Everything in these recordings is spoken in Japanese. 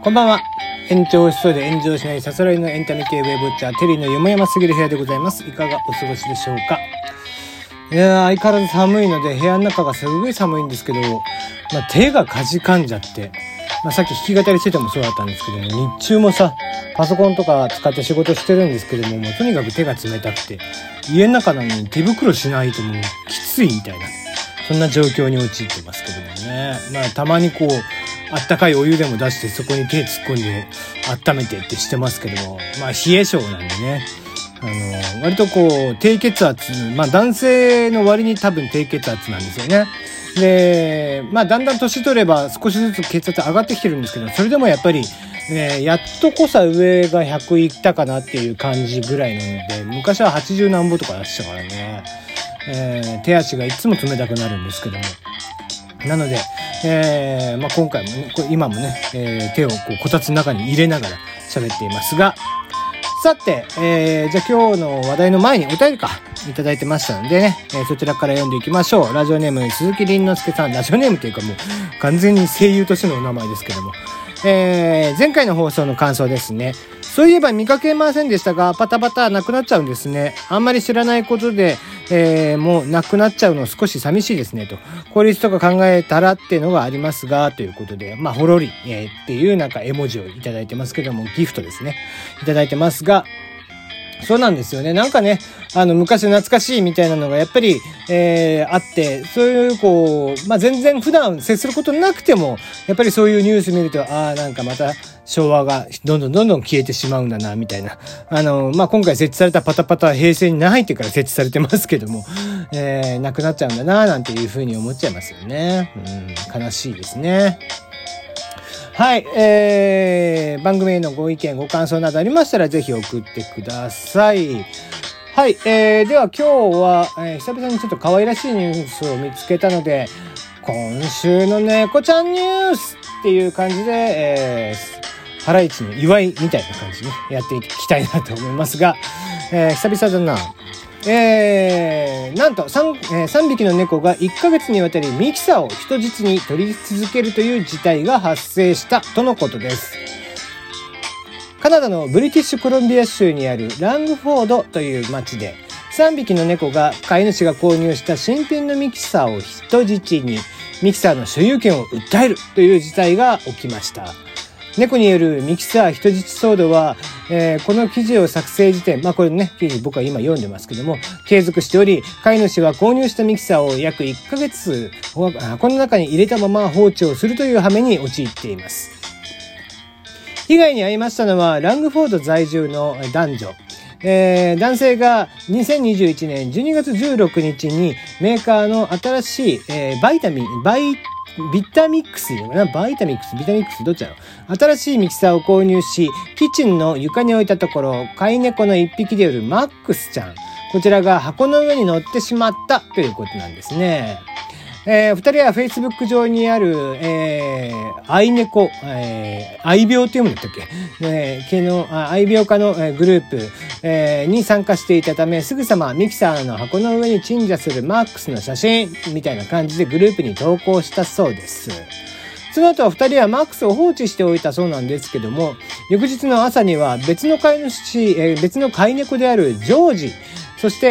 こんばんは。延長しそうで炎上しないさそらいのエンタメ系ウェブウォッチャーテリーのよもやますぎる部屋でございます。いかがお過ごしでしょうか。いや相変わらず寒いので部屋の中がすごい寒いんですけど、手がかじかんじゃって、さっき弾き語りしててもそうだったんですけども、日中もさパソコンとか使って仕事してるんですけども、とにかく手が冷たくて、家の中なのに手袋しないともうきついみたいな、そんな状況に陥ってますけどもね。たまにあったかいお湯でも出してそこに手突っ込んで温めてってしてますけども、冷え性なんでね、割と低血圧、男性の割に多分低血圧なんですよね。で、だんだん年取れば少しずつ血圧上がってきてるんですけど、それでもやっぱり、やっとこさ上が100いったかなっていう感じぐらいなので、昔は80何歩とかやってたからね、手足がいつも冷たくなるんですけども、なので、今回もね、今もね、手をこたつの中に入れながら喋っていますが、さて、じゃあ今日の話題の前にお便りいただいてましたのでね、そちらから読んでいきましょう。ラジオネーム鈴木凛之介さん。ラジオネームというかもう完全に声優としてのお名前ですけども、前回の放送の感想ですね。そういえば見かけませんでしたが、パタパタなくなっちゃうんですね。あんまり知らないことで、もうなくなっちゃうの少し寂しいですねと。効率とか考えたらっていうのがありますが、ということで、ほろり、っていう絵文字をいただいてますけども、ギフトですね。いただいてますが、そうなんですよね。昔懐かしいみたいなのがやっぱり、あって、そういう全然普段接することなくても、やっぱりそういうニュース見ると、また昭和がどんどん消えてしまうんだな、みたいな。今回設置されたパタパタは平成に入ってから設置されてますけども、なくなっちゃうんだな、なんていうふうに思っちゃいますよね。悲しいですね。はい、番組へのご意見、ご感想などありましたらぜひ送ってください。はい、では今日は、久々にちょっと可愛らしいニュースを見つけたので、今週の猫ちゃんニュースっていう感じで、ハライチの祝いみたいな感じにやっていきたいなと思いますが、久々だな。なんと 3匹の猫が1ヶ月にわたりミキサーを人質に取り続けるという事態が発生したとのことです。カナダのブリティッシュコロンビア州にあるラングフォードという町で、3匹の猫が飼い主が購入した新品のミキサーを人質にミキサーの所有権を訴えるという事態が起きました。猫によるミキサー人質騒動は、この記事を作成時点、これね、記事僕は今読んでますけども、継続しており、飼い主は購入したミキサーを約1ヶ月、箱の中に入れたまま放置をするという羽目に陥っています。被害に遭いましたのは、ラングフォード在住の男女。男性が2021年12月16日にメーカーの新しい、ビタミックスどっちだろう。新しいミキサーを購入し、キッチンの床に置いたところ、飼い猫の一匹であるマックスちゃん、こちらが箱の上に乗ってしまったということなんですね。二人は Facebook 上にある、愛猫、愛病って読むんだったっけ、愛病家のグループ、に参加していたため、すぐさまミキサーの箱の上に鎮座するマックスの写真みたいな感じでグループに投稿したそうです。その後二人はマックスを放置しておいたそうなんですけども、翌日の朝には別の飼い猫であるジョージ、そして、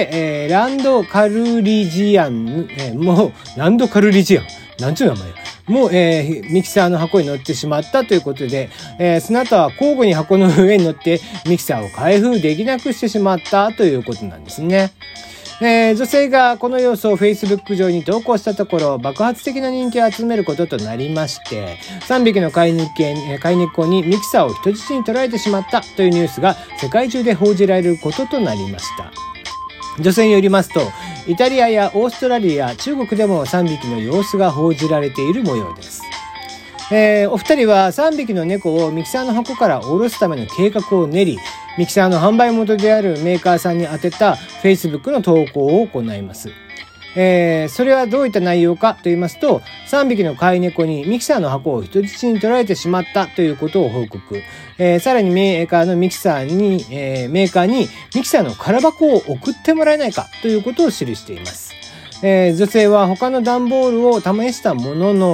ランドカルリジアン、なんちゅう名前もう、ミキサーの箱に乗ってしまったということで、その後は交互に箱の上に乗ってミキサーを開封できなくしてしまったということなんですね。女性がこの様子を Facebook 上に投稿したところ、爆発的な人気を集めることとなりまして、3匹の飼い猫にミキサーを人質に取られてしまったというニュースが世界中で報じられることとなりました。女性によりますと、イタリアやオーストラリア、中国でも3匹の様子が報じられている模様です。お二人は3匹の猫をミキサーの箱から下ろすための計画を練り、ミキサーの販売元であるメーカーさんに宛てた Facebook の投稿を行います。それはどういった内容かと言いますと、3匹の飼い猫にミキサーの箱を人質に取られてしまったということを報告。さらにメーカーにミキサーの空箱を送ってもらえないかということを記しています。女性は他の段ボールを試したものの、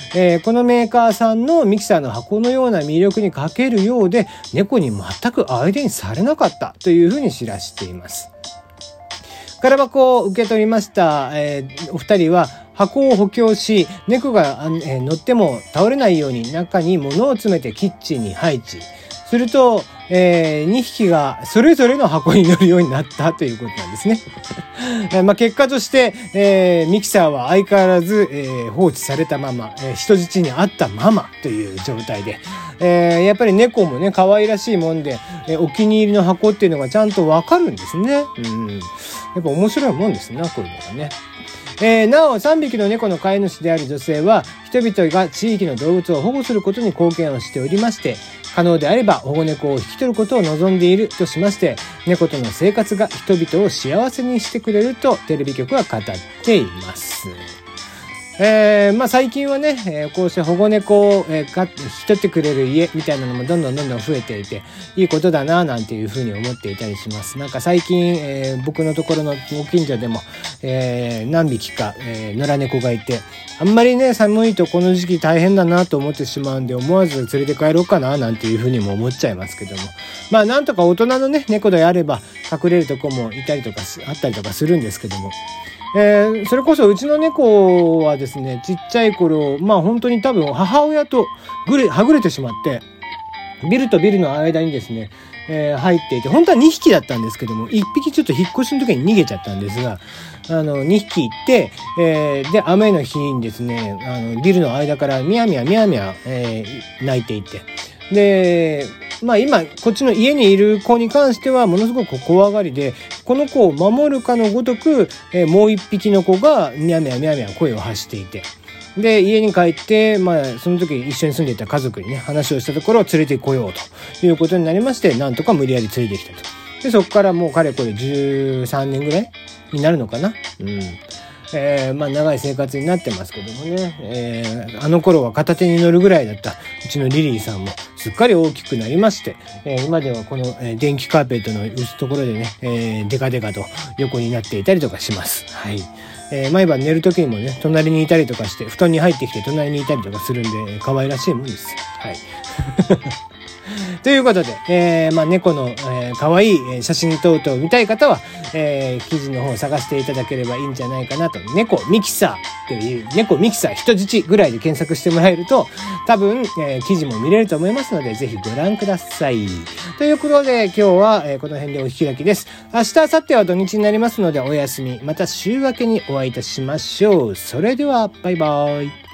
このメーカーさんのミキサーの箱のような魅力に欠けるようで、猫に全く相手にされなかったというふうに知らしています。空箱を受け取りました、お二人は箱を補強し、猫が、乗っても倒れないように中に物を詰めてキッチンに配置。すると、2匹がそれぞれの箱に乗るようになったということなんですね。結果として、ミキサーは相変わらず、放置されたまま、人質にあったままという状態で、やっぱり猫もね、可愛らしいもんで、お気に入りの箱っていうのがちゃんとわかるんですね。やっぱ面白いもんですね、こういうのがね。なお3匹の猫の飼い主である女性は、人々が地域の動物を保護することに貢献をしておりまして、可能であれば保護猫を引き取ることを望んでいるとしまして、猫との生活が人々を幸せにしてくれるとテレビ局は語っています。最近はね、こうして保護猫を、引き取ってくれる家みたいなのもどんどん増えていて、いいことだななんていうふうに思っていたりします。なんか最近、僕のところのご近所でも、何匹か、野良猫がいて、あんまりね、寒いとこの時期大変だなと思ってしまうんで、思わず連れて帰ろうかななんていうふうにも思っちゃいますけども。なんとか大人のね、猫であれば隠れるとこもいたりとかあったりとかするんですけども。それこそうちの猫はですね、ちっちゃい頃、本当に多分母親とはぐれてしまって、ビルとビルの間にですね、入っていて、本当は2匹だったんですけども、1匹ちょっと引っ越しの時に逃げちゃったんですが、2匹行って、で、雨の日にですね、ビルの間からミヤミヤ、鳴いていて、で、今、こっちの家にいる子に関しては、ものすごく怖がりで、この子を守るかのごとく、もう一匹の子が、ミヤミヤ声を発していて、で、家に帰って、その時一緒に住んでいた家族にね、話をしたところ、連れてこようということになりまして、なんとか無理やり連れてきたと。で、そこからもうかれこれ13年ぐらいになるのかな。長い生活になってますけどもね、あの頃は片手に乗るぐらいだったうちのリリーさんもすっかり大きくなりまして、今ではこの、電気カーペットのところでね、デカデカと横になっていたりとかします。はい。毎晩寝る時にもね、隣にいたりとかして、布団に入ってきて隣にいたりとかするんで、可愛らしいもんですよ。はい。ということで、猫の、可愛い写真等々見たい方は、記事の方を探していただければいいんじゃないかなと。猫ミキサーという、猫ミキサー人質ぐらいで検索してもらえると、多分、記事も見れると思いますので、ぜひご覧ください。ということで、今日は、この辺でお開きです。明日、明後日は土日になりますので、お休み。また週明けにお会いいたしましょう。それでは、バイバイ。